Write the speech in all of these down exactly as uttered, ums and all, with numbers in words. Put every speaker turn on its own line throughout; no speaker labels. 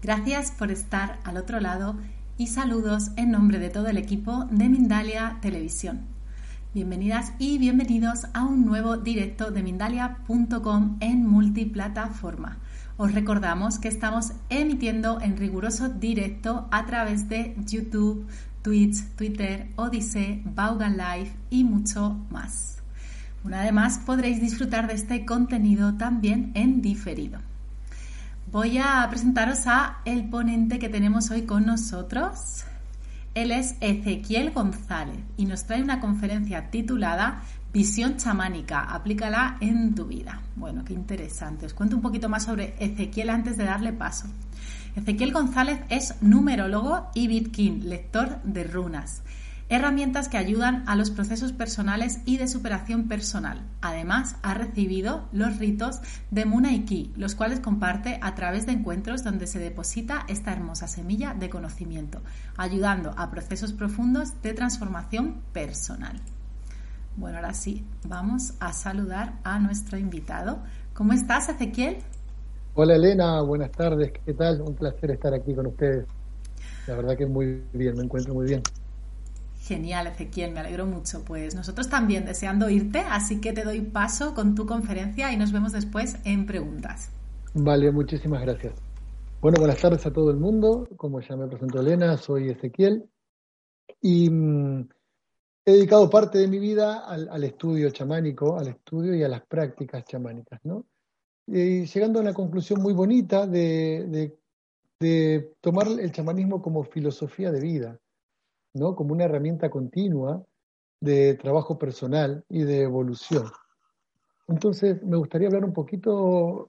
Gracias por estar al otro lado y saludos en nombre de todo el equipo de Mindalia Televisión. Bienvenidas y bienvenidos a un nuevo directo de Mindalia punto com en multiplataforma. Os recordamos que estamos emitiendo en riguroso directo a través de YouTube, Twitch, Twitter, Odisee, Vaughan Live y mucho más. Bueno, además podréis disfrutar de este contenido también en diferido. Voy a presentaros a el ponente que tenemos hoy con nosotros. Él es Ezequiel González y nos trae una conferencia titulada Visión chamánica, aplícala en tu vida. Bueno, qué interesante. Os cuento un poquito más sobre Ezequiel antes de darle paso. Ezequiel González es numerólogo y Vidkin, lector de runas. Herramientas que ayudan a los procesos personales y de superación personal. Además, ha recibido los ritos de Munaiki, los cuales comparte a través de encuentros donde se deposita esta hermosa semilla de conocimiento, ayudando a procesos profundos de transformación personal. Bueno, ahora sí, vamos a saludar a nuestro invitado. ¿Cómo estás, Ezequiel?
Hola, Elena, buenas tardes, ¿qué tal? Un placer estar aquí con ustedes. La verdad que muy bien, me encuentro muy bien.
Genial, Ezequiel, me alegro mucho. Pues nosotros también deseando irte, así que te doy paso con tu conferencia y nos vemos después en preguntas.
Vale, muchísimas gracias. Bueno, buenas tardes a todo el mundo. Como ya me presentó Elena, soy Ezequiel y mmm, he dedicado parte de mi vida al, al estudio chamánico, al estudio y a las prácticas chamánicas, ¿no? Y llegando a una conclusión muy bonita de, de, de tomar el chamanismo como filosofía de vida, ¿no? Como una herramienta continua de trabajo personal y de evolución. Entonces, me gustaría hablar un poquito,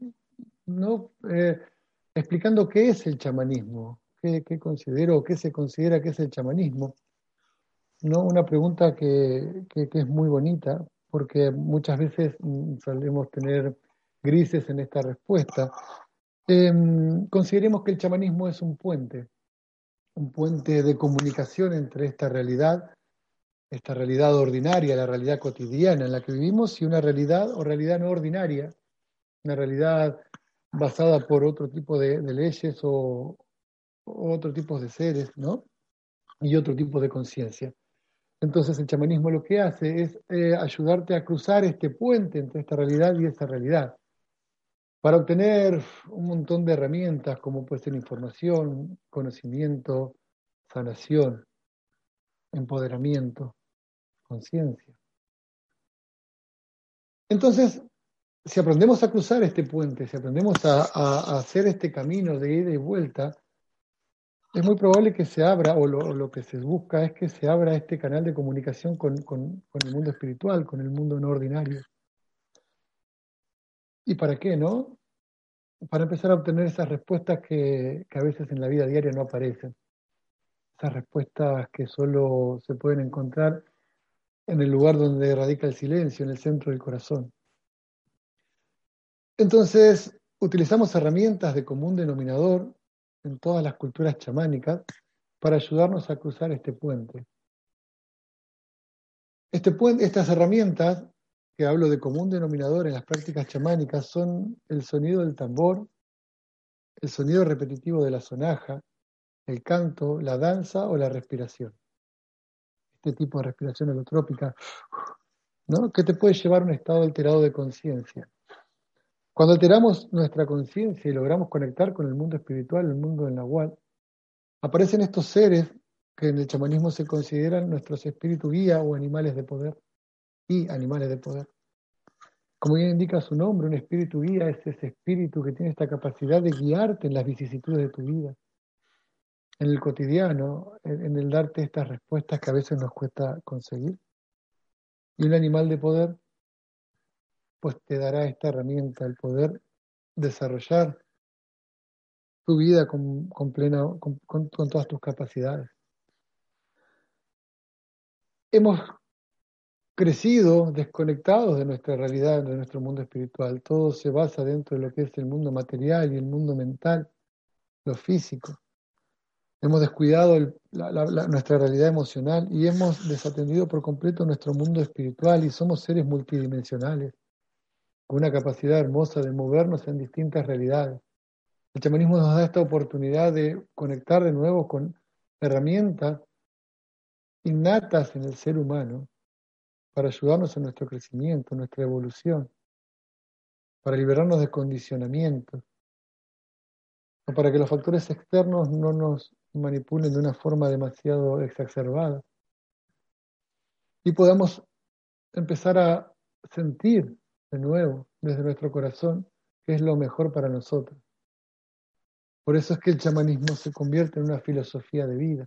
¿no? Eh, explicando qué es el chamanismo, qué, qué considero, qué se considera que es el chamanismo, ¿no? Una pregunta que, que, que es muy bonita, porque muchas veces mm, solemos tener grises en esta respuesta. Eh, consideremos que el chamanismo es un puente, un puente de comunicación entre esta realidad, esta realidad ordinaria, la realidad cotidiana en la que vivimos, y una realidad o realidad no ordinaria, una realidad basada por otro tipo de, de leyes o, o otro tipo de seres, ¿no? Y otro tipo de conciencia. Entonces el chamanismo lo que hace es eh, ayudarte a cruzar este puente entre esta realidad y esa realidad, para obtener un montón de herramientas como puede ser información, conocimiento, sanación, empoderamiento, conciencia. Entonces, si aprendemos a cruzar este puente, si aprendemos a, a, a hacer este camino de ida y vuelta, es muy probable que se abra, o lo, o lo que se busca es que se abra este canal de comunicación con, con, con el mundo espiritual, con el mundo no ordinario. ¿Y para qué, no? Para empezar a obtener esas respuestas que, que a veces en la vida diaria no aparecen. Esas respuestas que solo se pueden encontrar en el lugar donde radica el silencio, en el centro del corazón. Entonces, utilizamos herramientas de común denominador en todas las culturas chamánicas para ayudarnos a cruzar este puente. Este puente, estas herramientas, que hablo de común denominador en las prácticas chamánicas, son el sonido del tambor, el sonido repetitivo de la sonaja, el canto, la danza o la respiración. Este tipo de respiración holotrópica, ¿no? Que te puede llevar a un estado alterado de conciencia. Cuando alteramos nuestra conciencia y logramos conectar con el mundo espiritual, el mundo del Nahual, aparecen estos seres que en el chamanismo se consideran nuestros espíritus guía o animales de poder, y animales de poder. Como bien indica su nombre, un espíritu guía es ese espíritu que tiene esta capacidad de guiarte en las vicisitudes de tu vida, en el cotidiano, en, en el darte estas respuestas que a veces nos cuesta conseguir. Y un animal de poder, pues te dará esta herramienta, el poder desarrollar tu vida con, con, plena, con, con, con todas tus capacidades. Hemos crecido desconectados de nuestra realidad, de nuestro mundo espiritual. Todo se basa dentro de lo que es el mundo material y el mundo mental, lo físico. Hemos descuidado el, la, la, la, nuestra realidad emocional y hemos desatendido por completo nuestro mundo espiritual, y somos seres multidimensionales, con una capacidad hermosa de movernos en distintas realidades. El chamanismo nos da esta oportunidad de conectar de nuevo con herramientas innatas en el ser humano para ayudarnos en nuestro crecimiento, en nuestra evolución, para liberarnos de condicionamientos, o para que los factores externos no nos manipulen de una forma demasiado exacerbada y podamos empezar a sentir de nuevo desde nuestro corazón qué es lo mejor para nosotros. Por eso es que el chamanismo se convierte en una filosofía de vida.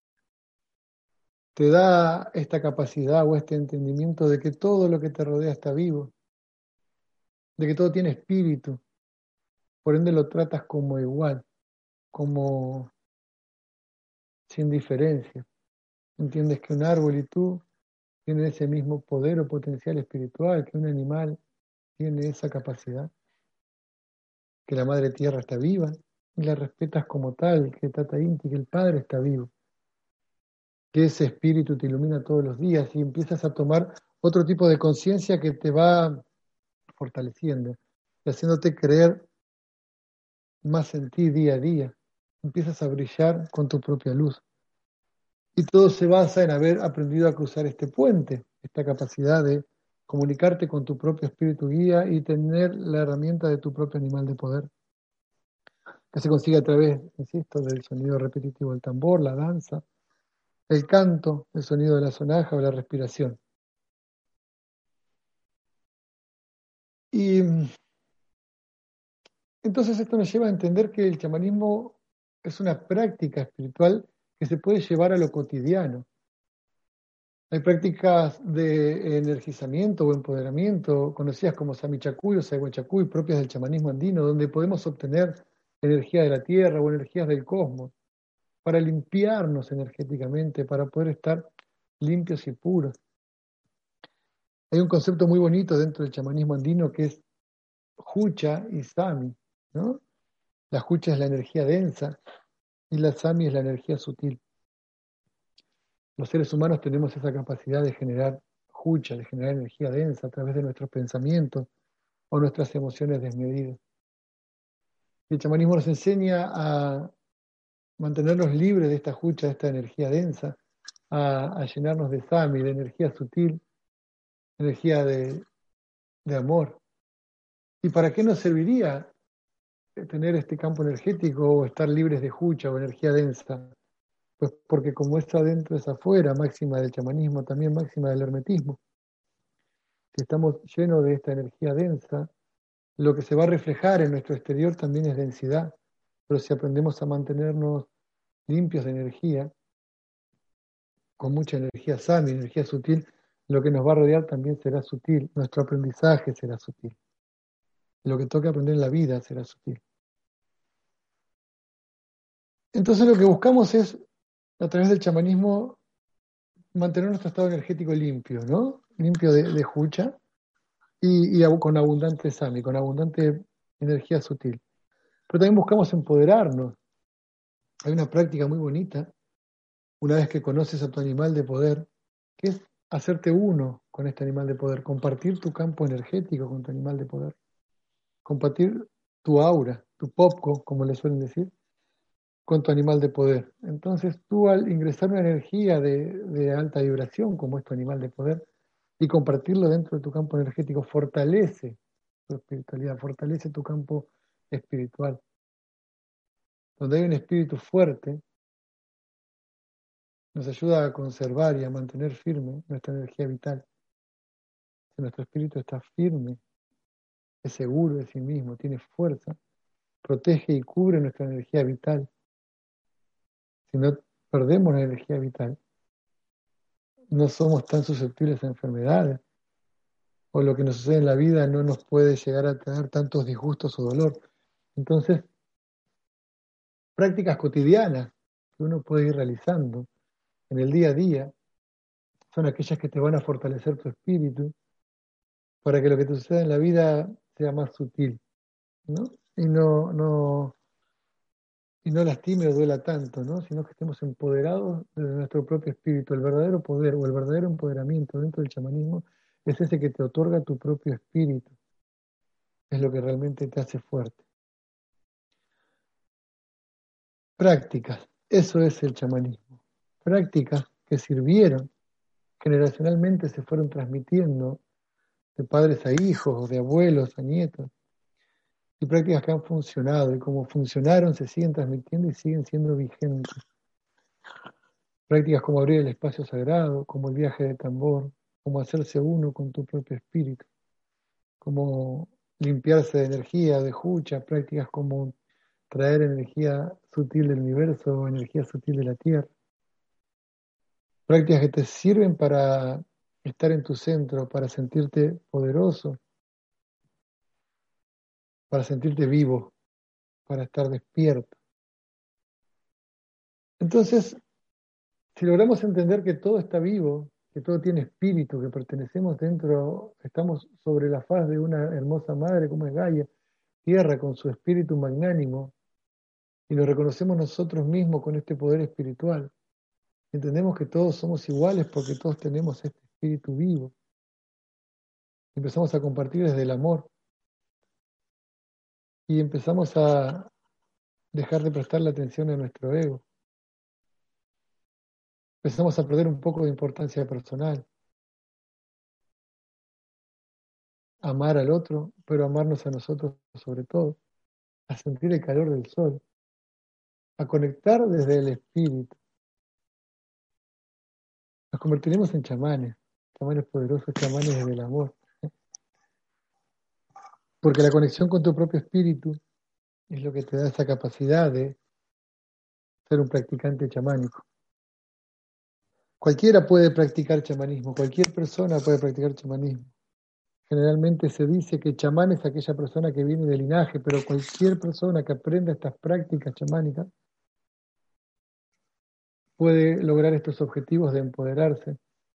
Te da esta capacidad o este entendimiento de que todo lo que te rodea está vivo, de que todo tiene espíritu, por ende lo tratas como igual, como sin diferencia. Entiendes que un árbol y tú tienen ese mismo poder o potencial espiritual, que un animal tiene esa capacidad, que la madre tierra está viva y la respetas como tal, que Tata Inti, que el Padre está vivo, que ese espíritu te ilumina todos los días y empiezas a tomar otro tipo de conciencia que te va fortaleciendo y haciéndote creer más en ti día a día. Empiezas a brillar con tu propia luz. Y todo se basa en haber aprendido a cruzar este puente, esta capacidad de comunicarte con tu propio espíritu guía y tener la herramienta de tu propio animal de poder, que se consigue a través, insisto, del sonido repetitivo del tambor, la danza, el canto, el sonido de la sonaja o la respiración. Y entonces esto nos lleva a entender que el chamanismo es una práctica espiritual que se puede llevar a lo cotidiano. Hay prácticas de energizamiento o empoderamiento, conocidas como Samichacuy o Saihuachacuy, propias del chamanismo andino, donde podemos obtener energía de la tierra o energías del cosmos para limpiarnos energéticamente, para poder estar limpios y puros. Hay un concepto muy bonito dentro del chamanismo andino que es Jucha y Sami, ¿no? La Jucha es la energía densa y la Sami es la energía sutil. Los seres humanos tenemos esa capacidad de generar Jucha, de generar energía densa a través de nuestros pensamientos o nuestras emociones desmedidas. El chamanismo nos enseña a mantenernos libres de esta Jucha, de esta energía densa, a, a llenarnos de Sami, de energía sutil, energía de, de amor. ¿Y para qué nos serviría tener este campo energético o estar libres de Jucha o energía densa? Pues porque como es adentro es afuera, máxima del chamanismo, también máxima del hermetismo. Si estamos llenos de esta energía densa, lo que se va a reflejar en nuestro exterior también es densidad, pero si aprendemos a mantenernos limpios de energía, con mucha energía sana, energía sutil, lo que nos va a rodear también será sutil, nuestro aprendizaje será sutil, lo que toca aprender en la vida será sutil. Entonces lo que buscamos es, a través del chamanismo, mantener nuestro estado energético limpio, ¿no? Limpio de, de jucha y, y con abundante sami, con abundante energía sutil. Pero también buscamos empoderarnos. Hay una práctica muy bonita, una vez que conoces a tu animal de poder, que es hacerte uno con este animal de poder, compartir tu campo energético con tu animal de poder, compartir tu aura, tu popco, como le suelen decir, con tu animal de poder. Entonces tú al ingresar una energía de, de alta vibración, como es tu animal de poder, y compartirlo dentro de tu campo energético, fortalece tu espiritualidad, fortalece tu campo espiritual. Donde hay un espíritu fuerte, nos ayuda a conservar y a mantener firme nuestra energía vital. Si nuestro espíritu está firme, es seguro de sí mismo, tiene fuerza, protege y cubre nuestra energía vital. Si no perdemos la energía vital, no somos tan susceptibles a enfermedades, o lo que nos sucede en la vida no nos puede llegar a tener tantos disgustos o dolor. Entonces, prácticas cotidianas que uno puede ir realizando en el día a día son aquellas que te van a fortalecer tu espíritu para que lo que te suceda en la vida sea más sutil, ¿no? Y no, no, y no lastime o duela tanto, ¿no? Sino que estemos empoderados de nuestro propio espíritu. El verdadero poder o el verdadero empoderamiento dentro del chamanismo es ese que te otorga tu propio espíritu. Es lo que realmente te hace fuerte. prácticas, eso es el chamanismo. Prácticas que sirvieron, generacionalmente se fueron transmitiendo de padres a hijos, de abuelos a nietos, y prácticas que han funcionado, y como funcionaron se siguen transmitiendo y siguen siendo vigentes. Prácticas como abrir el espacio sagrado, como el viaje de tambor, como hacerse uno con tu propio espíritu, como limpiarse de energía, de jucha, prácticas como traer energía sutil del universo o energía sutil de la tierra. Prácticas que te sirven para estar en tu centro, para sentirte poderoso, para sentirte vivo, para estar despierto. Entonces, si logramos entender que todo está vivo, que todo tiene espíritu, que pertenecemos dentro, estamos sobre la faz de una hermosa madre como es Gaia, tierra con su espíritu magnánimo, y lo reconocemos nosotros mismos con este poder espiritual. Entendemos que todos somos iguales porque todos tenemos este espíritu vivo. Empezamos a compartir desde el amor y empezamos a dejar de prestarle atención a nuestro ego. Empezamos a perder un poco de importancia personal. Amar al otro, pero amarnos a nosotros sobre todo. A sentir el calor del sol. A conectar desde el espíritu. Nos convertiremos en chamanes. Chamanes poderosos, chamanes desde el amor. Porque la conexión con tu propio espíritu es lo que te da esa capacidad de ser un practicante chamánico. Cualquiera puede practicar chamanismo, cualquier persona puede practicar chamanismo. Generalmente se dice que chamán es aquella persona que viene del linaje, pero cualquier persona que aprenda estas prácticas chamánicas puede lograr estos objetivos de empoderarse,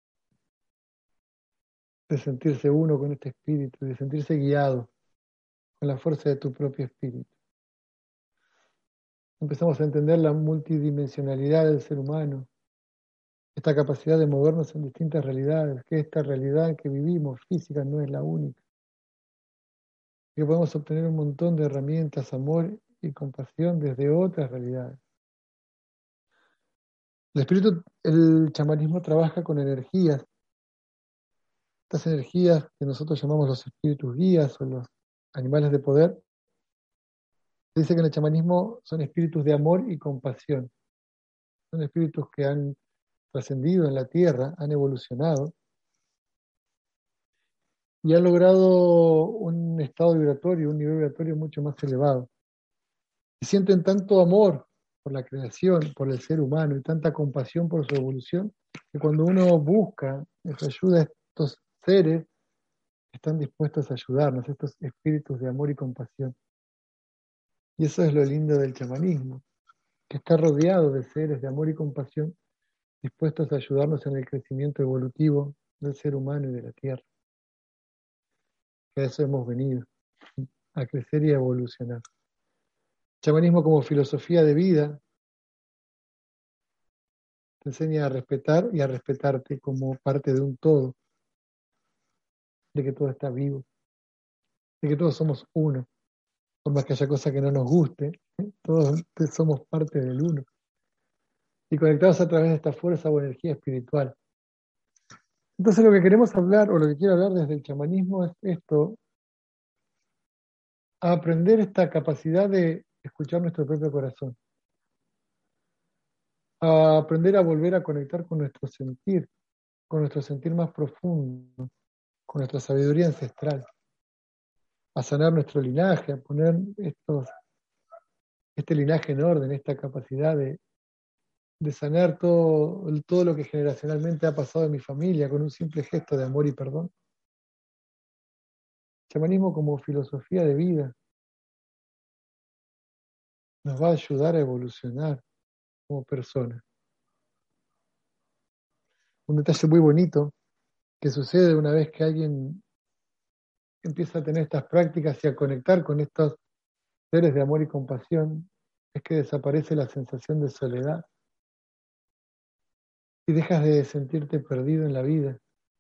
de sentirse uno con este espíritu, de sentirse guiado con la fuerza de tu propio espíritu. Empezamos a entender la multidimensionalidad del ser humano, esta capacidad de movernos en distintas realidades, que esta realidad que vivimos física no es la única, que podemos obtener un montón de herramientas, amor y compasión desde otras realidades. El espíritu, el chamanismo trabaja con energías, estas energías que nosotros llamamos los espíritus guías o los animales de poder. Se dice que en el chamanismo son espíritus de amor y compasión, son espíritus que han trascendido en la tierra, han evolucionado y han logrado un estado vibratorio, un nivel vibratorio mucho más elevado. Y sienten tanto amor por la creación, por el ser humano y tanta compasión por su evolución, que cuando uno busca esa ayuda, estos seres están dispuestos a ayudarnos, estos espíritus de amor y compasión. Y eso es lo lindo del chamanismo, que está rodeado de seres de amor y compasión dispuestos a ayudarnos en el crecimiento evolutivo del ser humano y de la tierra. Que a eso hemos venido, a crecer y a evolucionar. Chamanismo como filosofía de vida te enseña a respetar y a respetarte como parte de un todo, de que todo está vivo, de que todos somos uno, por más que haya cosas que no nos guste, ¿eh? Todos somos parte del uno, y conectados a través de esta fuerza o energía espiritual. Entonces lo que queremos hablar, o lo que quiero hablar desde el chamanismo es esto, a aprender esta capacidad de escuchar nuestro propio corazón, a aprender a volver a conectar con nuestro sentir, con nuestro sentir más profundo, con nuestra sabiduría ancestral, a sanar nuestro linaje, a poner estos, este linaje en orden, esta capacidad de, de sanar todo, todo lo que generacionalmente ha pasado en mi familia con un simple gesto de amor y perdón. Chamanismo como filosofía de vida nos va a ayudar a evolucionar como personas. Un detalle muy bonito que sucede una vez que alguien empieza a tener estas prácticas y a conectar con estos seres de amor y compasión es que desaparece la sensación de soledad y dejas de sentirte perdido en la vida.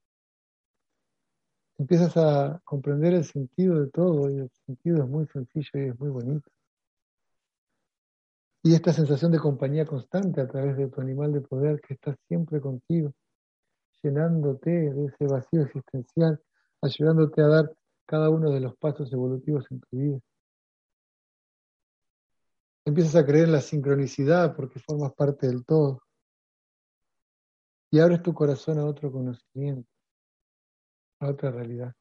Empiezas a comprender el sentido de todo y el sentido es muy sencillo y es muy bonito. Y esta sensación de compañía constante a través de tu animal de poder que está siempre contigo, llenándote de ese vacío existencial, ayudándote a dar cada uno de los pasos evolutivos en tu vida. Empiezas a creer en la sincronicidad porque formas parte del todo. Y abres tu corazón a otro conocimiento, a otra realidad.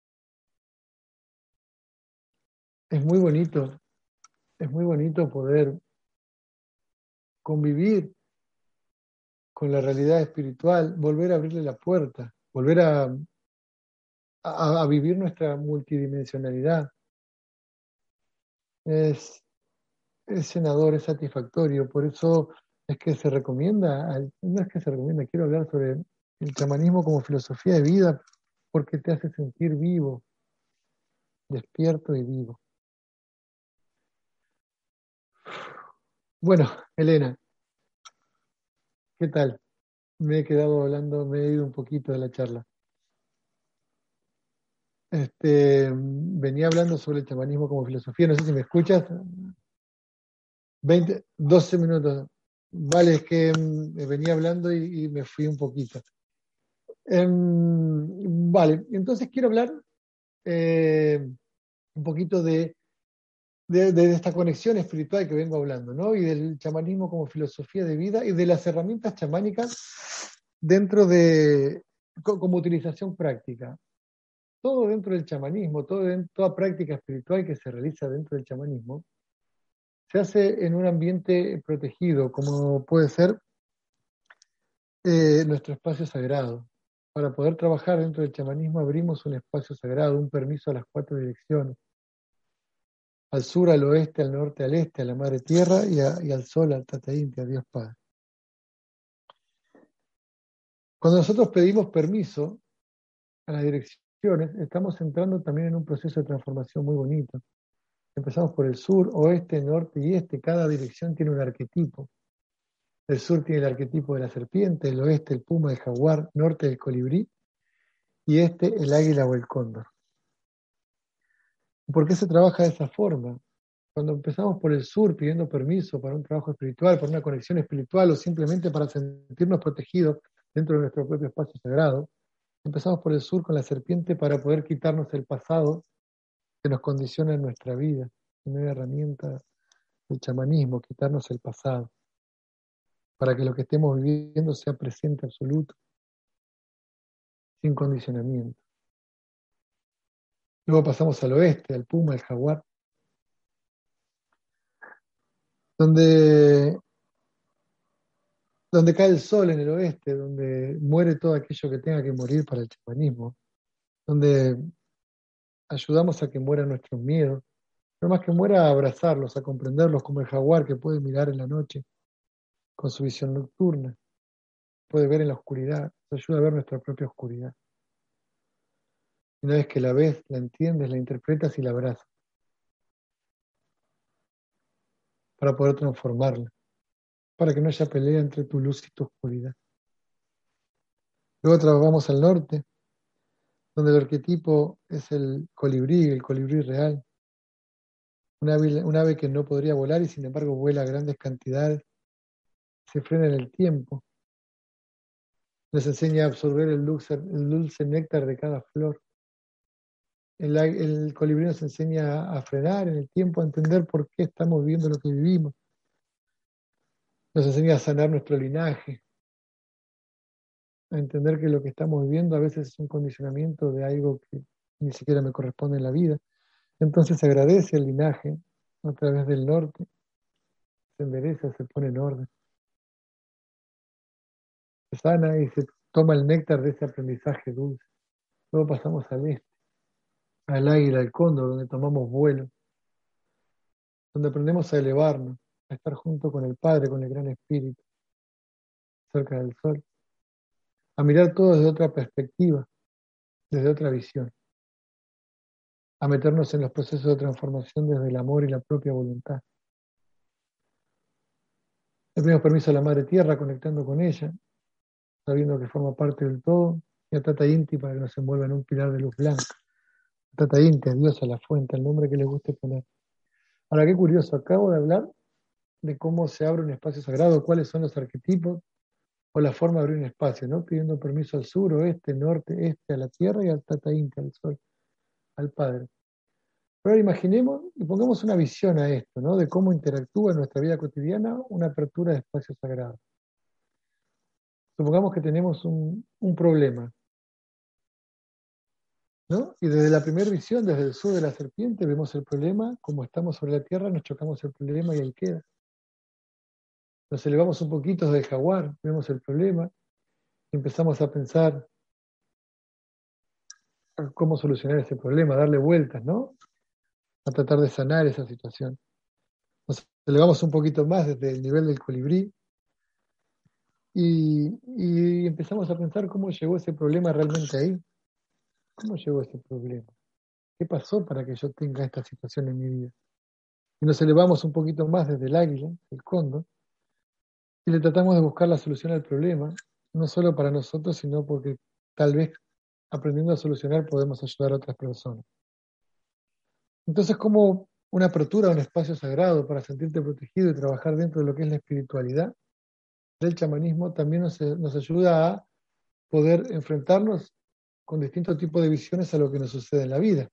Es muy bonito, es muy bonito poder convivir con la realidad espiritual, volver a abrirle la puerta, volver a, a, a vivir nuestra multidimensionalidad. Es, es llenador, es satisfactorio, por eso es que se recomienda, no es que se recomienda, quiero hablar sobre el chamanismo como filosofía de vida, porque te hace sentir vivo, despierto y vivo. Bueno, Elena, ¿qué tal? Me he quedado hablando, me he ido un poquito de la charla. Este, venía hablando sobre el chamanismo como filosofía, no sé si me escuchas. veinte, doce minutos. Vale, es que mm, venía hablando y, y me fui un poquito. Um, vale, entonces quiero hablar eh, un poquito de, de, de esta conexión espiritual que vengo hablando, ¿no? Y del chamanismo como filosofía de vida y de las herramientas chamánicas dentro de, como utilización práctica. Todo dentro del chamanismo, todo dentro, toda práctica espiritual que se realiza dentro del chamanismo, se hace en un ambiente protegido, como puede ser eh, nuestro espacio sagrado. Para poder trabajar dentro del chamanismo abrimos un espacio sagrado, un permiso a las cuatro direcciones. Al sur, al oeste, al norte, al este, a la Madre Tierra y, a, y al Sol, al Tata Inti, a Dios Padre. Cuando nosotros pedimos permiso a las direcciones, estamos entrando también en un proceso de transformación muy bonito. Empezamos por el sur, oeste, norte y este. Cada dirección tiene un arquetipo. El sur tiene el arquetipo de la serpiente, el oeste el puma, el jaguar, norte el colibrí y este el águila o el cóndor. ¿Por qué se trabaja de esa forma? Cuando empezamos por el sur pidiendo permiso para un trabajo espiritual, para una conexión espiritual o simplemente para sentirnos protegidos dentro de nuestro propio espacio sagrado, empezamos por el sur con la serpiente para poder quitarnos el pasado que nos condiciona en nuestra vida. Una herramienta del chamanismo, quitarnos el pasado, para que lo que estemos viviendo sea presente absoluto, sin condicionamiento. Luego pasamos al oeste, al puma, al jaguar, donde, donde cae el sol en el oeste, donde muere todo aquello que tenga que morir para el chamanismo, donde ayudamos a que mueran nuestros miedos, pero más que muera a abrazarlos, a comprenderlos, como el jaguar que puede mirar en la noche con su visión nocturna, puede ver en la oscuridad, nos ayuda a ver nuestra propia oscuridad. Una vez que la ves, la entiendes, la interpretas y la abrazas, para poder transformarla, para que no haya pelea entre tu luz y tu oscuridad. Luego trabajamos al norte, donde el arquetipo es el colibrí, el colibrí real, un ave, un ave que no podría volar y sin embargo vuela a grandes cantidades, se frena en el tiempo, nos enseña a absorber el dulce, el dulce néctar de cada flor. El, el colibrí nos enseña a frenar en el tiempo, a entender por qué estamos viviendo lo que vivimos. Nos enseña a sanar nuestro linaje, a entender que lo que estamos viviendo a veces es un condicionamiento de algo que ni siquiera me corresponde en la vida. Entonces se agradece el linaje a través del norte, se endereza, se pone en orden, se sana y se toma el néctar de ese aprendizaje dulce. Luego pasamos al este, al águila, al cóndor, donde tomamos vuelo, donde aprendemos a elevarnos, a estar junto con el Padre, con el Gran Espíritu, cerca del sol, a mirar todo desde otra perspectiva, desde otra visión, a meternos en los procesos de transformación desde el amor y la propia voluntad. Le pedimos permiso a la Madre Tierra, conectando con ella, sabiendo que forma parte del todo, y a Tata Inti para que nos envuelva en un pilar de luz blanca. Tata Inti, a Dios, a la fuente, el nombre que le guste poner. Ahora, qué curioso, acabo de hablar de cómo se abre un espacio sagrado, cuáles son los arquetipos o la forma de abrir un espacio, ¿no? Pidiendo permiso al sur, oeste, norte, este, a la tierra y al Tata Inti, al sol, al Padre. Pero ahora imaginemos y pongamos una visión a esto, ¿no? De cómo interactúa en nuestra vida cotidiana una apertura de espacio sagrado. Supongamos que tenemos un, un problema, ¿no? Y desde la primera visión, desde el sur de la serpiente, vemos el problema, como estamos sobre la tierra, nos chocamos el problema y ahí queda. Nos elevamos un poquito desde el jaguar, vemos el problema y empezamos a pensar cómo solucionar ese problema, darle vueltas, ¿no? A tratar de sanar esa situación. Nos elevamos un poquito más desde el nivel del colibrí y, y empezamos a pensar cómo llegó ese problema realmente ahí. ¿Cómo llegó ese problema? ¿Qué pasó para que yo tenga esta situación en mi vida? Y nos elevamos un poquito más desde el águila, el cóndor, y le tratamos de buscar la solución al problema, no solo para nosotros, sino porque tal vez aprendiendo a solucionar podemos ayudar a otras personas. Entonces, como una apertura a un espacio sagrado para sentirte protegido y trabajar dentro de lo que es la espiritualidad del chamanismo, también nos, nos ayuda a poder enfrentarnos con distintos tipos de visiones a lo que nos sucede en la vida.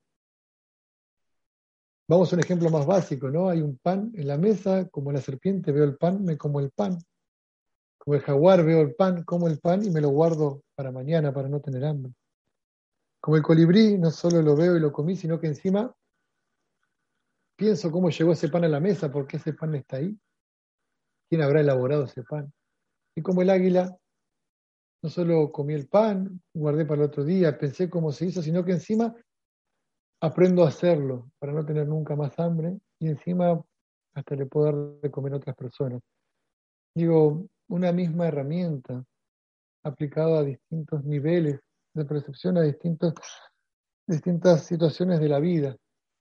Vamos a un ejemplo más básico, ¿no? Hay un pan en la mesa, como la serpiente veo el pan, me como el pan. Como el jaguar veo el pan, como el pan y me lo guardo para mañana, para no tener hambre. Como el colibrí, no solo lo veo y lo comí, sino que encima pienso cómo llegó ese pan a la mesa, por qué ese pan está ahí, quién habrá elaborado ese pan. Y como el águila, no solo comí el pan, guardé para el otro día, pensé cómo se hizo, sino que encima aprendo a hacerlo para no tener nunca más hambre y encima hasta le puedo dar de comer a otras personas. Digo, una misma herramienta aplicada a distintos niveles de percepción, a distintos, distintas situaciones de la vida.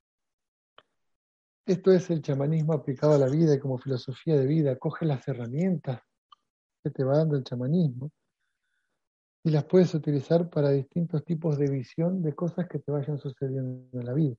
Esto es el chamanismo aplicado a la vida y como filosofía de vida. Coge las herramientas que te va dando el chamanismo y las puedes utilizar para distintos tipos de visión de cosas que te vayan sucediendo en la vida.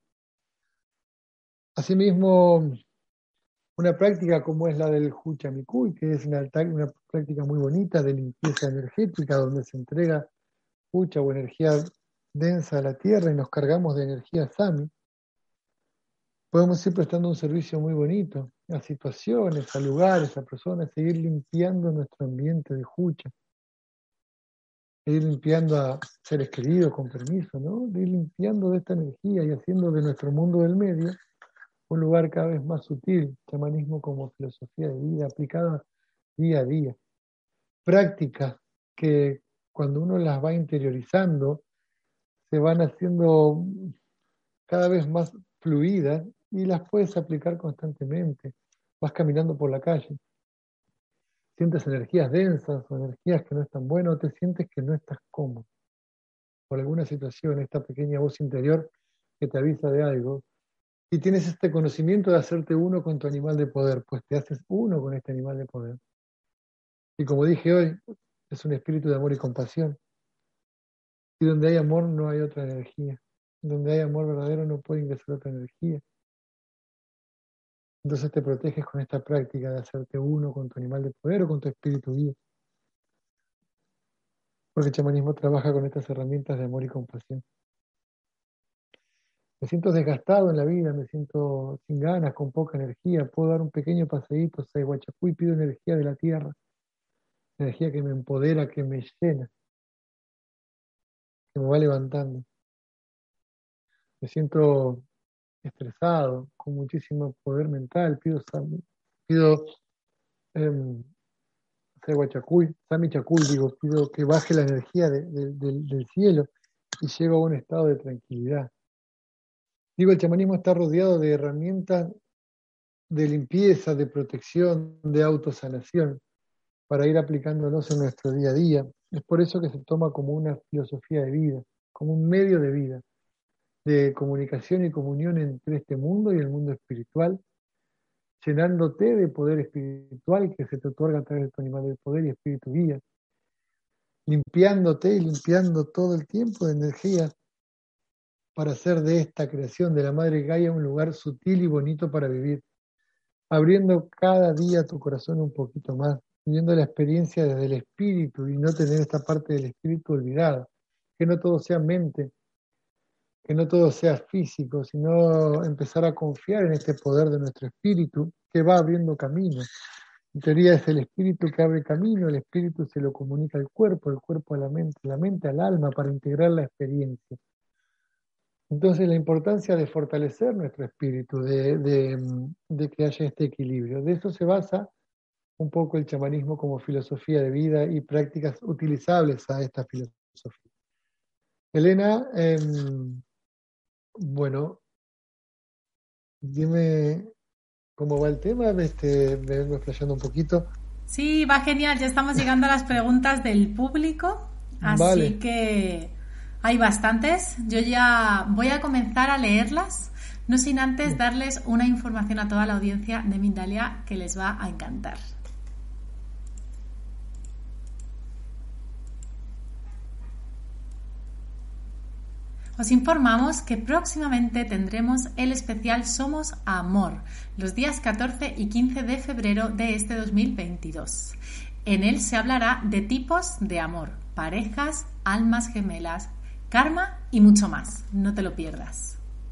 Asimismo, una práctica como es la del Huchamikuy, que es una, una práctica muy bonita de limpieza energética, donde se entrega Hucha o energía densa a la tierra y nos cargamos de energía Sami, podemos ir prestando un servicio muy bonito a situaciones, a lugares, a personas, seguir limpiando nuestro ambiente de Hucha. Ir limpiando a seres queridos, con permiso, ¿no? De ir limpiando de esta energía y haciendo de nuestro mundo del medio un lugar cada vez más sutil, chamanismo como filosofía de vida aplicada día a día. Prácticas que cuando uno las va interiorizando se van haciendo cada vez más fluidas y las puedes aplicar constantemente. Vas caminando por la calle. Sientes energías densas o energías que no están buenas, o te sientes que no estás cómodo por alguna situación, esta pequeña voz interior que te avisa de algo, y tienes este conocimiento de hacerte uno con tu animal de poder, pues te haces uno con este animal de poder. Y como dije hoy, es un espíritu de amor y compasión. Y donde hay amor no hay otra energía. Donde hay amor verdadero no puede ingresar otra energía. Entonces te proteges con esta práctica de hacerte uno con tu animal de poder o con tu espíritu guía. Porque el chamanismo trabaja con estas herramientas de amor y compasión. Me siento desgastado en la vida, me siento sin ganas, con poca energía. Puedo dar un pequeño paseíto, Sayhuachapú, y pido energía de la tierra. Energía que me empodera, que me llena, que me va levantando. Me siento estresado, con muchísimo poder mental. Pido, pido eh, Sayhuachacuy, Sami Chacuy, digo, pido que baje la energía de, de, de, del cielo y llego a un estado de tranquilidad. Digo, el chamanismo está rodeado de herramientas de limpieza, de protección, de autosanación, para ir aplicándolos en nuestro día a día. Es por eso que se toma como una filosofía de vida, como un medio de vida, de comunicación y comunión entre este mundo y el mundo espiritual, llenándote de poder espiritual que se te otorga a través de tu animal de poder y espíritu guía, limpiándote y limpiando todo el tiempo de energía para hacer de esta creación de la Madre Gaia un lugar sutil y bonito para vivir, abriendo cada día tu corazón un poquito más, teniendo la experiencia desde el espíritu y no tener esta parte del espíritu olvidada, que no todo sea mente, que no todo sea físico, sino empezar a confiar en este poder de nuestro espíritu que va abriendo camino. En teoría es el espíritu que abre camino, el espíritu se lo comunica al cuerpo, el cuerpo a la mente, la mente al alma para integrar la experiencia. Entonces la importancia de fortalecer nuestro espíritu, de, de, de que haya este equilibrio. De eso se basa un poco el chamanismo como filosofía de vida y prácticas utilizables a esta filosofía. Elena, eh, bueno, dime cómo va el tema, este, me vengo explayando un poquito.
Sí, va genial, ya estamos llegando a las preguntas del público, así
Vale.
que hay bastantes. Yo ya voy a comenzar a leerlas, no sin antes darles una información a toda la audiencia de Mindalia que les va a encantar. Os informamos que próximamente tendremos el especial Somos Amor, los días catorce y quince de febrero de este dos mil veintidós. En él se hablará de tipos de amor, parejas, almas gemelas, karma y mucho más. No te lo pierdas.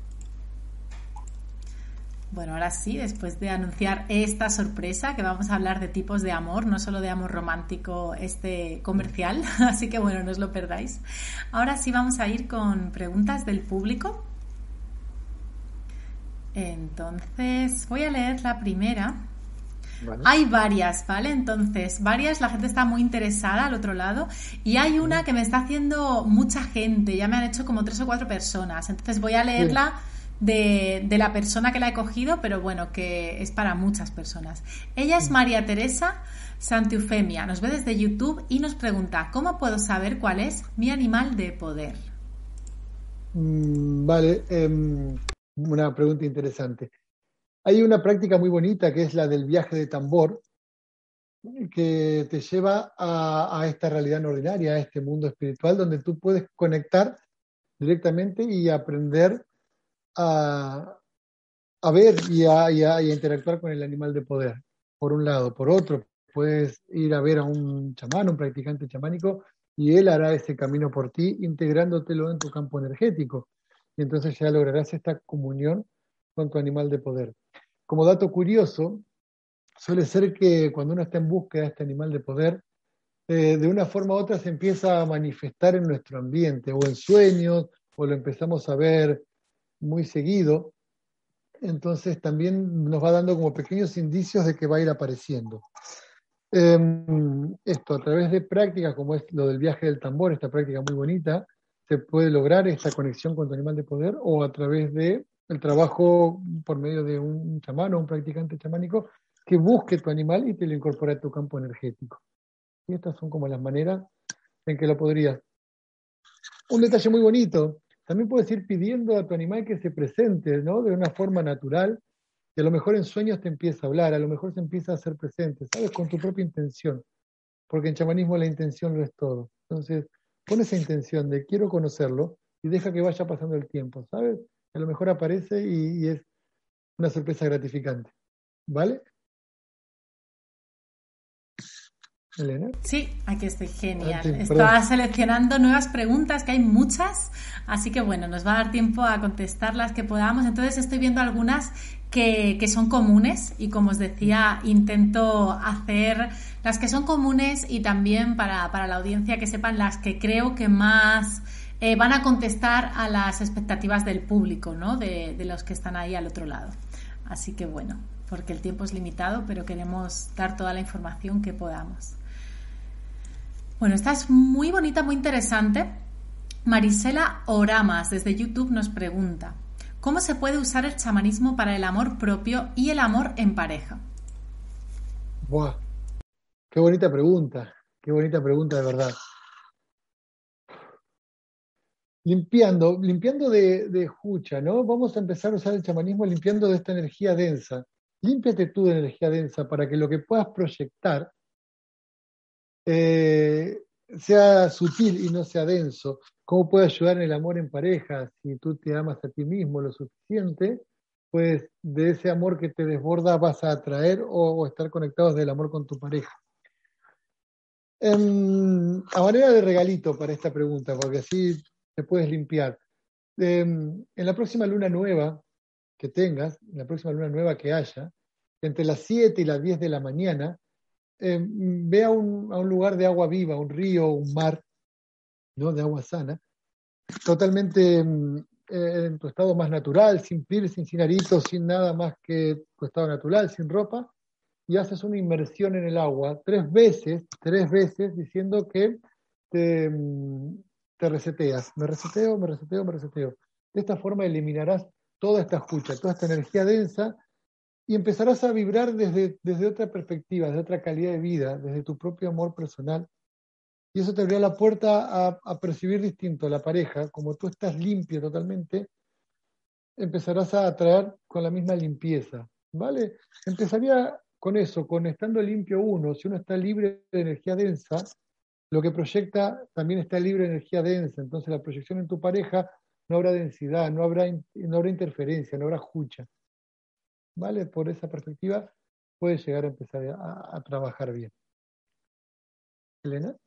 Bueno, ahora sí, después de anunciar esta sorpresa, que vamos a hablar de tipos de amor, no solo de amor romántico este comercial, así que bueno, no os lo perdáis. Ahora sí vamos a ir con preguntas del público. Entonces, voy a leer la primera. Vale. Hay varias, ¿vale? Entonces, varias, la gente está muy interesada al otro lado y hay una que me está haciendo mucha gente, ya me han hecho como tres o cuatro personas, entonces voy a leerla... Sí. De, de la persona que la he cogido, pero bueno, que es para muchas personas. Ella es María Teresa Santiufemia, nos ve desde YouTube y nos pregunta: ¿cómo puedo saber cuál es mi animal de poder?
Mm, vale, eh, una pregunta interesante. Hay una práctica muy bonita que es la del viaje de tambor, que te lleva a, a esta realidad no ordinaria, a este mundo espiritual, donde tú puedes conectar directamente y aprender A, a ver y a, y, a, y a interactuar con el animal de poder, por un lado. Por otro, puedes ir a ver a un chamán, un practicante chamánico, y él hará ese camino por ti, integrándotelo en tu campo energético. Y entonces ya lograrás esta comunión con tu animal de poder. Como dato curioso, suele ser que cuando uno está en búsqueda de este animal de poder, eh, de una forma u otra se empieza a manifestar en nuestro ambiente, o en sueños, o lo empezamos a ver muy seguido, entonces también nos va dando como pequeños indicios de que va a ir apareciendo. Eh, esto a través de prácticas como es lo del viaje del tambor, esta práctica muy bonita, se puede lograr esta conexión con tu animal de poder, o a través de el trabajo por medio de un chamán o un practicante chamánico que busque tu animal y te lo incorpore a tu campo energético. Y estas son como las maneras en que lo podrías. Un detalle muy bonito. También puedes ir pidiendo a tu animal que se presente, ¿no? De una forma natural, que a lo mejor en sueños te empieza a hablar, a lo mejor se empieza a hacer presente, ¿sabes? Con tu propia intención, porque en chamanismo la intención lo es todo. Entonces, pon esa intención de quiero conocerlo y deja que vaya pasando el tiempo, ¿sabes? A lo mejor aparece y, y es una sorpresa gratificante, ¿vale? Elena.
Sí, aquí estoy, genial. Ah, sí, Estaba seleccionando nuevas preguntas, que hay muchas, así que bueno, nos va a dar tiempo a contestar las que podamos. Entonces estoy viendo algunas que, que son comunes y, como os decía, intento hacer las que son comunes y también para, para la audiencia que sepan las que creo que más eh, van a contestar a las expectativas del público, ¿no? De, de los que están ahí al otro lado. Así que bueno, porque el tiempo es limitado, pero queremos dar toda la información que podamos. Bueno, esta es muy bonita, muy interesante. Marisela Oramas desde YouTube nos pregunta: ¿cómo se puede usar el chamanismo para el amor propio y el amor en pareja?
Buah, qué bonita pregunta, qué bonita pregunta de verdad. Limpiando, limpiando de, de jucha, ¿no? Vamos a empezar a usar el chamanismo limpiando de esta energía densa. Límpiate tú de energía densa para que lo que puedas proyectar Eh, sea sutil y no sea denso. ¿Cómo puede ayudar en el amor en pareja? Si tú te amas a ti mismo lo suficiente, pues de ese amor que te desborda vas a atraer o, o estar conectados del amor con tu pareja. En, a manera de regalito para esta pregunta, porque así te puedes limpiar. Eh, en la próxima luna nueva que tengas, en la próxima luna nueva que haya, entre las siete y las diez de la mañana, eh, ve a un, a un lugar de agua viva, un río, un mar, ¿no? De agua sana, totalmente eh, en tu estado más natural, sin piercing, sin aritos, sin nada más que tu estado natural, sin ropa, y haces una inmersión en el agua tres veces, tres veces, diciendo que te, te reseteas. Me reseteo, me reseteo, me reseteo. De esta forma eliminarás toda esta escucha, toda esta energía densa, y empezarás a vibrar desde, desde otra perspectiva, desde otra calidad de vida, desde tu propio amor personal. Y eso te abrirá la puerta a, a percibir distinto a la pareja. Como tú estás limpio totalmente, empezarás a atraer con la misma limpieza, ¿vale? Empezaría con eso, con estando limpio uno. Si uno está libre de energía densa, lo que proyecta también está libre de energía densa. Entonces la proyección en tu pareja no habrá densidad, no habrá, no habrá interferencia, no habrá escucha, ¿vale? Por esa perspectiva puedes llegar a empezar a, a trabajar bien. ¿Elena?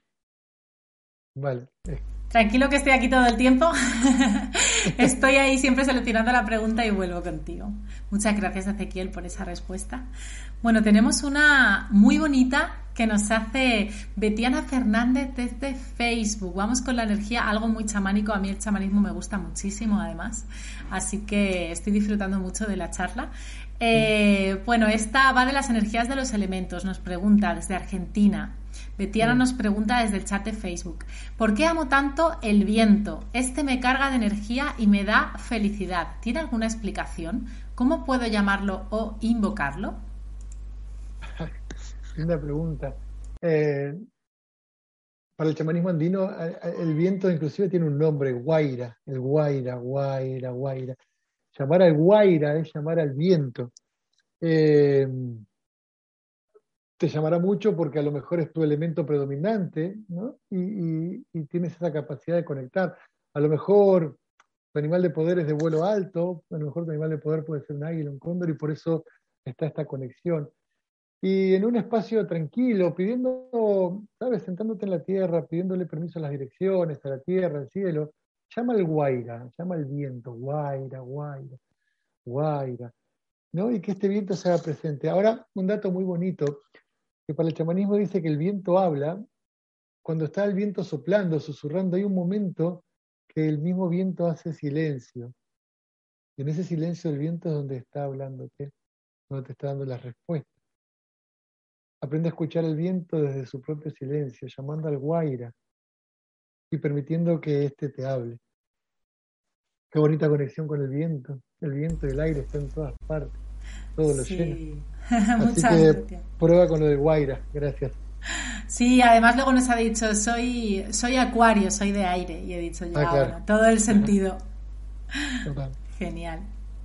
Vale.
Tranquilo que estoy aquí todo el tiempo. Estoy ahí siempre seleccionando la pregunta y vuelvo contigo. Muchas gracias, Ezequiel, por esa respuesta. Bueno, tenemos una muy bonita que nos hace Betiana Fernández desde Facebook. Vamos con la energía, algo muy chamánico. A mí el chamanismo me gusta muchísimo, además. Así que estoy disfrutando mucho de la charla. Eh, bueno, esta va de las energías de los elementos. Nos pregunta desde Argentina. Betiana nos pregunta desde el chat de Facebook: ¿por qué amo tanto el viento? Este me carga de energía y me da felicidad. ¿Tiene alguna explicación? ¿Cómo puedo llamarlo o invocarlo?
Linda pregunta. Eh, para el chamanismo andino, el viento inclusive tiene un nombre, Guaira. El Guaira, Guaira, Guaira. Llamar al Guaira es llamar al viento. Eh, te llamará mucho porque a lo mejor es tu elemento predominante, ¿no? Y, y, y tienes esa capacidad de conectar. A lo mejor tu animal de poder es de vuelo alto, a lo mejor tu animal de poder puede ser un águila, un cóndor, y por eso está esta conexión. Y en un espacio tranquilo, pidiendo, ¿sabes? Sentándote en la tierra, pidiéndole permiso a las direcciones, a la tierra, al cielo, llama al Guaira, llama al viento, Guaira, Guaira, Guaira, ¿no? Y que este viento se haga presente. Ahora, un dato muy bonito, que para el chamanismo dice que el viento habla cuando está el viento soplando, susurrando. Hay un momento que el mismo viento hace silencio. Y en ese silencio el viento es donde está hablándote, donde te está dando las respuestas. Aprende a escuchar el viento desde su propio silencio, llamando al Guaira y permitiendo que éste te hable. Qué bonita conexión con el viento. El viento y el aire están en todas partes. Todo lo
sí.
llena.
Así
que
gracias.
Prueba con lo de Guaira. Gracias.
Sí, además luego nos ha dicho, soy soy acuario, soy de aire. Y he dicho ya, ah, claro. Bueno, todo el sentido.
Total.
Genial.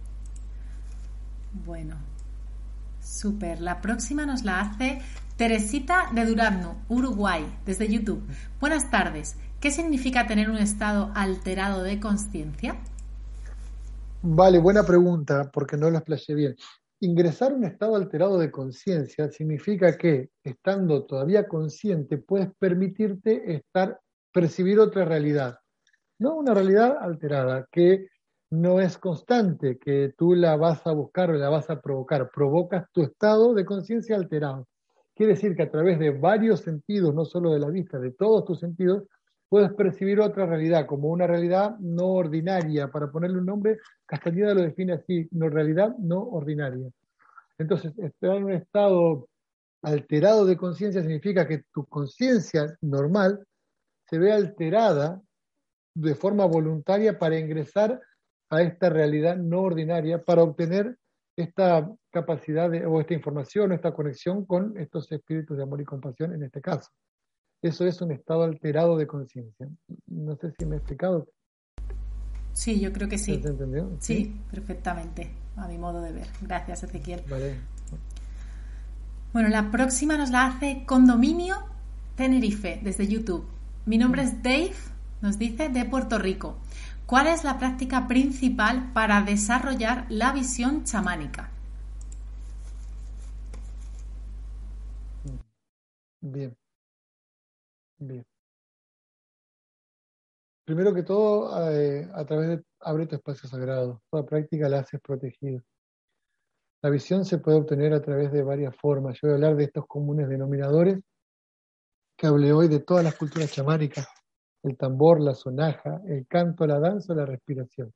Bueno, súper. La próxima nos la hace Teresita de Durazno, Uruguay, desde YouTube. Buenas tardes. ¿Qué significa tener un estado alterado de consciencia?
Vale, buena pregunta, porque no lo explayé bien. Ingresar a un estado alterado de conciencia significa que, estando todavía consciente, puedes permitirte estar, percibir otra realidad. No una realidad alterada, que no es constante, que tú la vas a buscar o la vas a provocar. Provocas tu estado de conciencia alterado. Quiere decir que a través de varios sentidos, no solo de la vista, de todos tus sentidos, puedes percibir otra realidad, como una realidad no ordinaria. Para ponerle un nombre, Castañeda lo define así, no realidad no ordinaria. Entonces, estar en un estado alterado de conciencia significa que tu conciencia normal se ve alterada de forma voluntaria para ingresar a esta realidad no ordinaria, para obtener esta capacidad de, o esta información, o esta conexión con estos espíritus de amor y compasión en este caso. Eso es un estado alterado de conciencia. No sé si me he explicado.
Sí, yo creo que sí.
¿Se entendió?
Sí, sí, perfectamente, a mi modo de ver. Gracias, Ezequiel.
Vale.
Bueno, la próxima nos la hace Condominio Tenerife, desde YouTube. Mi nombre es Dave, nos dice, de Puerto Rico. ¿Cuál es la práctica principal para desarrollar la visión chamánica?
Bien, bien. Primero que todo, eh, a través de abre tu espacio sagrado. Toda práctica la haces protegido. La visión se puede obtener a través de varias formas. Yo voy a hablar de estos comunes denominadores que hablé hoy de todas las culturas chamánicas: el tambor, la sonaja, el canto, la danza, la respiración.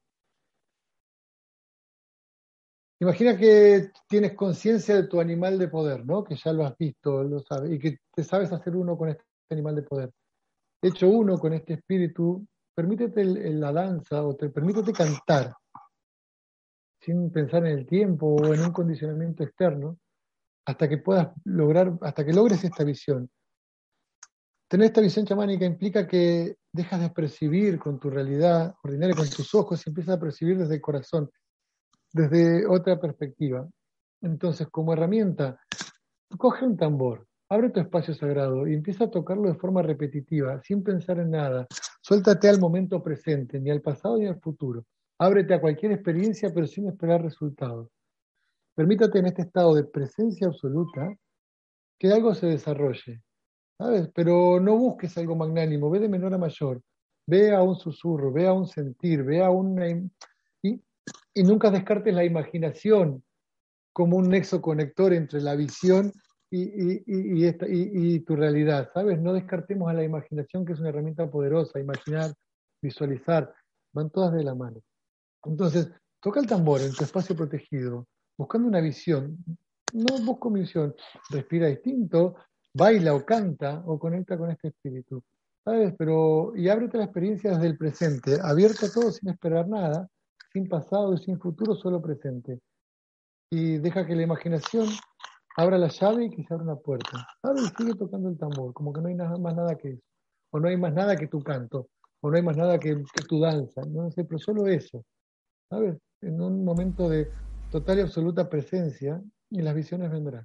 Imagina que tienes conciencia de tu animal de poder, ¿no? Que ya lo has visto, lo sabes, y que te sabes hacer uno con este animal de poder. Hecho uno con este espíritu, permítete el, el, la danza, o te, permítete cantar, sin pensar en el tiempo o en un condicionamiento externo, hasta que puedas lograr, hasta que logres esta visión. Tener esta visión chamánica implica que dejas de percibir con tu realidad ordinaria, con tus ojos, y empiezas a percibir desde el corazón, desde otra perspectiva. Entonces, como herramienta, coge un tambor, abre tu espacio sagrado y empieza a tocarlo de forma repetitiva, sin pensar en nada. Suéltate al momento presente, ni al pasado ni al futuro. Ábrete a cualquier experiencia, pero sin esperar resultados. Permítate en este estado de presencia absoluta que algo se desarrolle, ¿sabes? Pero no busques algo magnánimo, ve de menor a mayor, ve a un susurro, ve a un sentir, ve a una... Y, y nunca descartes la imaginación como un nexo conector entre la visión y, y, y, y, esta, y, y tu realidad, ¿sabes? No descartemos a la imaginación, que es una herramienta poderosa. Imaginar, visualizar, van todas de la mano. Entonces, toca el tambor en tu espacio protegido, buscando una visión. No busco visión, respira distinto, baila o canta o conecta con este espíritu, ¿sabes? Pero, y ábrete la experiencia desde el presente, abierto a todo sin esperar nada, sin pasado y sin futuro, solo presente. Y deja que la imaginación abra la llave y que se abra una puerta. ¿Sabes? Y sigue tocando el tambor, como que no hay nada, más nada que eso. O no hay más nada que tu canto, o no hay más nada que, que tu danza, no sé, pero solo eso, ¿sabes? En un momento de total y absoluta presencia, y las visiones vendrán.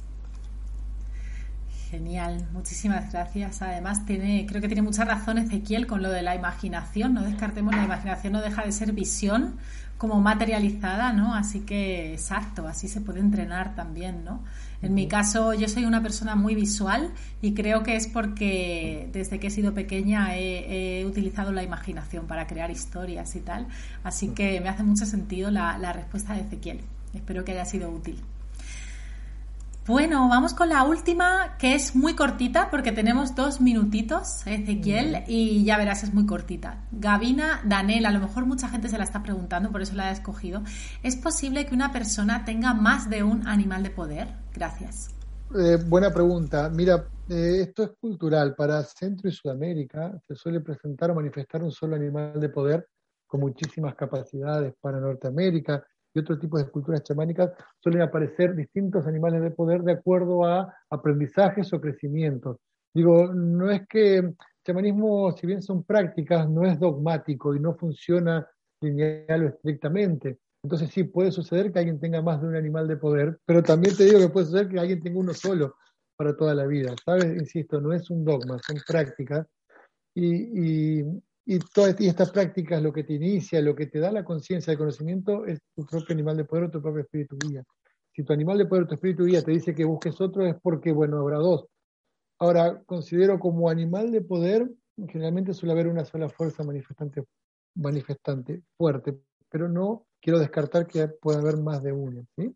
Genial, muchísimas gracias. Además, tiene, creo que tiene mucha razón Ezequiel con lo de la imaginación. No descartemos, la imaginación no deja de ser visión como materializada, ¿no? Así que, exacto, así se puede entrenar también, ¿no? En mi caso, yo soy una persona muy visual y creo que es porque desde que he sido pequeña he, he utilizado la imaginación para crear historias y tal. Así que me hace mucho sentido la, la respuesta de Ezequiel. Espero que haya sido útil. Bueno, vamos con la última, que es muy cortita porque tenemos dos minutitos, Ezequiel, y ya verás, es muy cortita. Gavina Danel, a lo mejor mucha gente se la está preguntando, por eso la he escogido. ¿Es posible que una persona tenga más de un animal de poder? Gracias.
Eh, buena pregunta. Mira, eh, esto es cultural. Para Centro y Sudamérica se suele presentar o manifestar un solo animal de poder con muchísimas capacidades. Para Norteamérica y otros tipos de culturas chamánicas suelen aparecer distintos animales de poder de acuerdo a aprendizajes o crecimientos. Digo, no es que el chamanismo, si bien son prácticas, no es dogmático y no funciona lineal o estrictamente. Entonces sí, puede suceder que alguien tenga más de un animal de poder, pero también te digo que puede suceder que alguien tenga uno solo para toda la vida, ¿sabes? Insisto, no es un dogma, son prácticas y... y Y todas estas prácticas, lo que te inicia, lo que te da la conciencia, el conocimiento, es tu propio animal de poder o tu propio espíritu guía. Si tu animal de poder o tu espíritu guía te dice que busques otro, es porque, bueno, habrá dos. Ahora, considero como animal de poder, generalmente suele haber una sola fuerza manifestante, manifestante fuerte, pero no quiero descartar que pueda haber más de uno, ¿sí?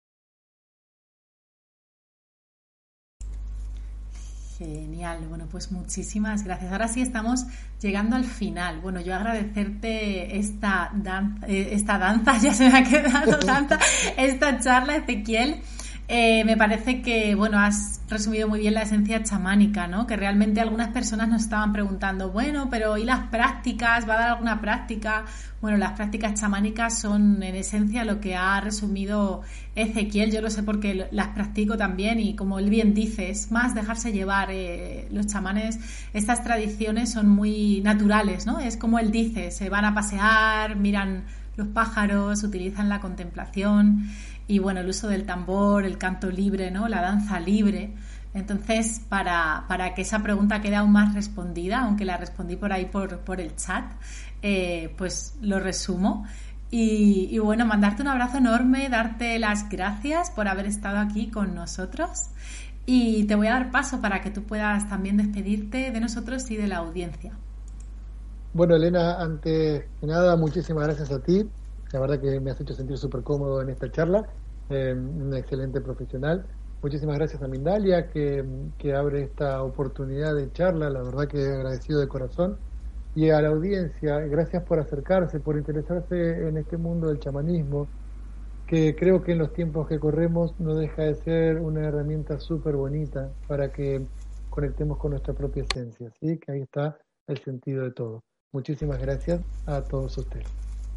Genial, bueno, pues muchísimas gracias. Ahora sí estamos llegando al final. Bueno, yo agradecerte esta danza, esta danza, ya se me ha quedado danza, esta charla, Ezequiel. Eh, me parece que, bueno, has resumido muy bien la esencia chamánica, ¿no? Que realmente algunas personas nos estaban preguntando, bueno, pero ¿y las prácticas? ¿Va a dar alguna práctica? Bueno, las prácticas chamánicas son en esencia lo que ha resumido Ezequiel. Yo lo sé porque las practico también y como él bien dice, es más dejarse llevar. Eh, los chamanes, estas tradiciones son muy naturales, ¿no? Es como él dice, se van a pasear, miran los pájaros, utilizan la contemplación. Y bueno, el uso del tambor, el canto libre, ¿no? La danza libre, Entonces, para, para que esa pregunta quede aún más respondida, aunque la respondí por ahí por, por el chat, eh, pues lo resumo. Y, y bueno, mandarte un abrazo enorme, darte las gracias por haber estado aquí con nosotros. Y te voy a dar paso para que tú puedas también despedirte de nosotros y de la audiencia.
Bueno, Elena, antes que nada, muchísimas gracias a ti. La verdad que me has hecho sentir súper cómodo en esta charla. Eh, una excelente profesional. Muchísimas gracias a Mindalia que, que abre esta oportunidad de charla. La verdad que agradecido de corazón. Y a la audiencia, gracias por acercarse, por interesarse en este mundo del chamanismo, que creo que en los tiempos que corremos no deja de ser una herramienta súper bonita para que conectemos con nuestra propia esencia, ¿sí? Que ahí está el sentido de todo. Muchísimas gracias a todos ustedes.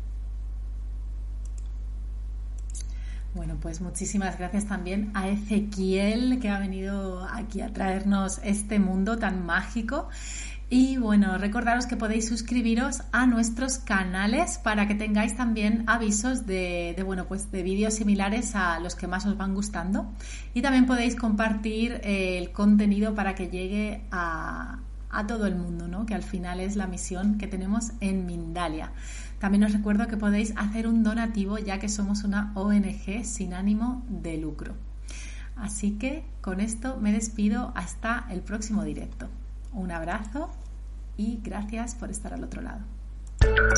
Bueno, pues muchísimas gracias también a Ezequiel, que ha venido aquí a traernos este mundo tan mágico. Y bueno, recordaros que podéis suscribiros a nuestros canales para que tengáis también avisos de, de bueno, pues de vídeos similares a los que más os van gustando. Y también podéis compartir eh, el contenido para que llegue a, a todo el mundo, ¿no? Que al final es la misión que tenemos en Mindalia. También os recuerdo que podéis hacer un donativo, ya que somos una O N G sin ánimo de lucro. Así que con esto me despido hasta el próximo directo. Un abrazo y gracias por estar al otro lado.